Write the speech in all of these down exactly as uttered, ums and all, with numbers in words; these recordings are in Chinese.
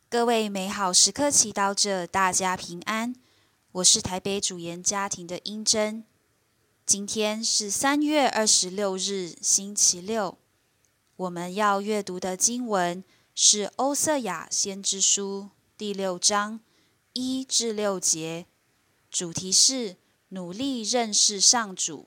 各位美好时刻祈祷者，大家平安。我是台北主研家庭的英珍。今天是三月二十六日，星期六。我们要阅读的经文是《欧瑟雅先知书》第六章一至六节，主题是努力认识上主。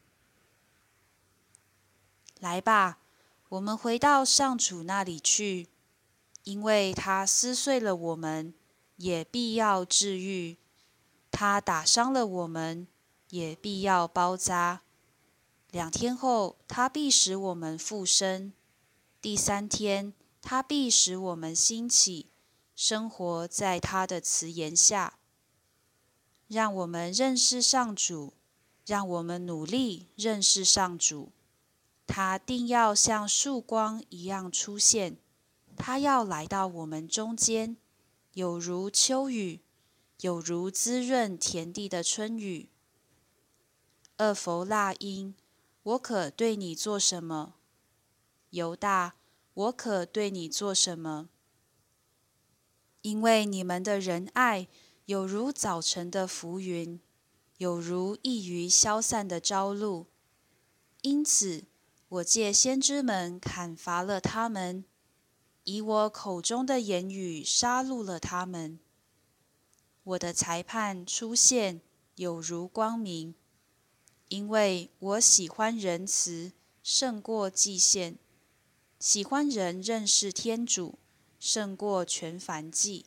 来吧，我们回到上主那里去。因为他撕碎了我们，也必要治愈；他打伤了我们，也必要包扎。两天后，他必使我们复生；第三天，他必使我们兴起，生活在他的慈言下。让我们认识上主，让我们努力认识上主。他定要像曙光一样出现。他要来到我们中间，有如秋雨，有如滋润田地的春雨。厄弗辣因，我可对你做什么？犹大，我可对你做什么？因为你们的仁爱有如早晨的浮云，有如易于消散的朝露。因此，我借先知们砍伐了他们，以我口中的言语杀戮了他们。我的裁判出现，有如光明，因为我喜欢仁慈胜过祭献，喜欢人认识天主胜过全燔祭。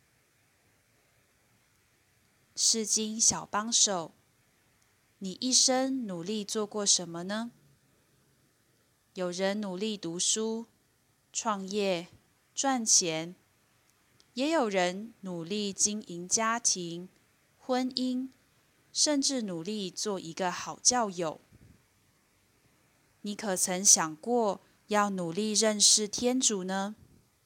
释经小帮手，你一生努力做过什么呢？有人努力读书、创业、赚钱，也有人努力经营家庭、婚姻，甚至努力做一个好教友。你可曾想过要努力认识天主呢？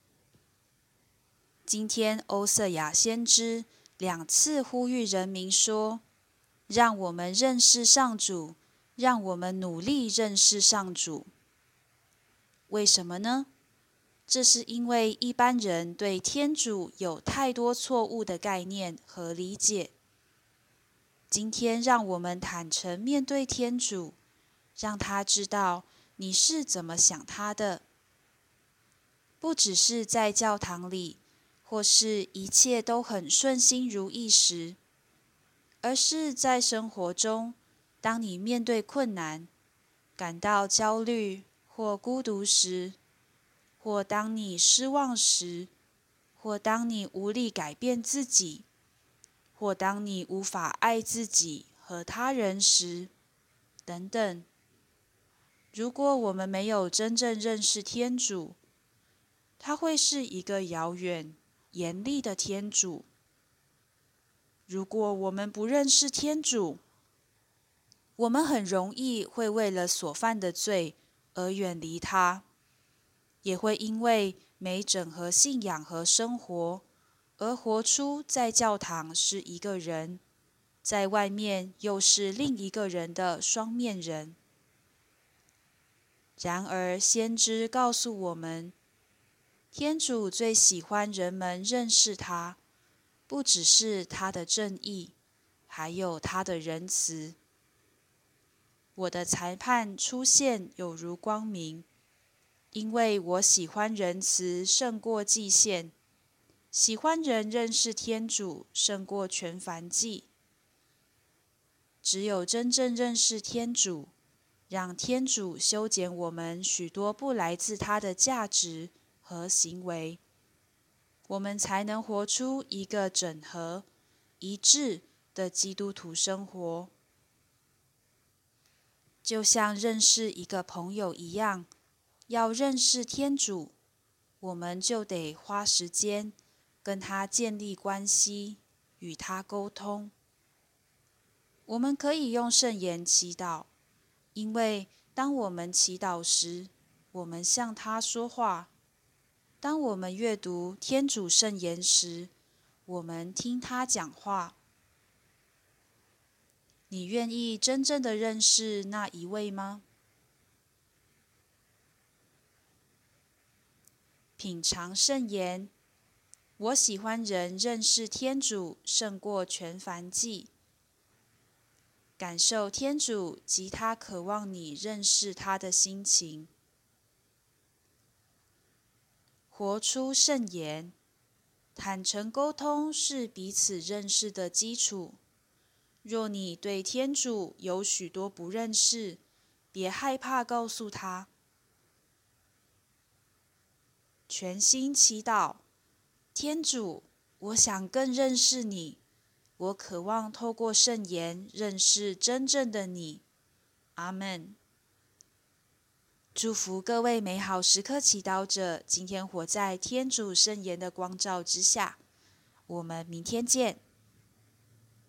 今天欧瑟雅先知两次呼吁人民说，让我们认识上主，让我们努力认识上主。为什么呢？这是因为一般人对天主有太多错误的概念和理解。今天让我们坦诚面对天主，让他知道你是怎么想他的。不只是在教堂里，或是一切都很顺心如意时，而是在生活中，当你面对困难、感到焦虑或孤独时，或当你失望时，或当你无力改变自己，或当你无法爱自己和他人时，等等。如果我们没有真正认识天主，他会是一个遥远、严厉的天主。如果我们不认识天主，我们很容易会为了所犯的罪而远离他，也会因为没整合信仰和生活，而活出在教堂是一个人，在外面又是另一个人的双面人。然而，先知告诉我们，天主最喜欢人们认识他，不只是他的正义，还有他的仁慈。我的裁判出现有如光明，因为我喜欢仁慈胜过祭献，喜欢人认识天主胜过全燔祭。只有真正认识天主，让天主修剪我们许多不来自他的价值和行为，我们才能活出一个整合、一致的基督徒生活。就像认识一个朋友一样，要认识天主，我们就得花时间跟他建立关系，与他沟通。我们可以用圣言祈祷，因为当我们祈祷时，我们向他说话；当我们阅读天主圣言时，我们听他讲话。你愿意真正的认识那一位吗？品尝圣言， 我喜欢人认识天主胜过全凡祭，感受天主及他渴望你认识他的心情。活出圣言，坦诚沟通是彼此认识的基础。若你对天主有许多不认识，别害怕告诉他。全心祈祷，天主，我想更认识你，我渴望透过圣言认识真正的你。阿们。祝福各位美好时刻祈祷者，今天活在天主圣言的光照之下。我们明天见。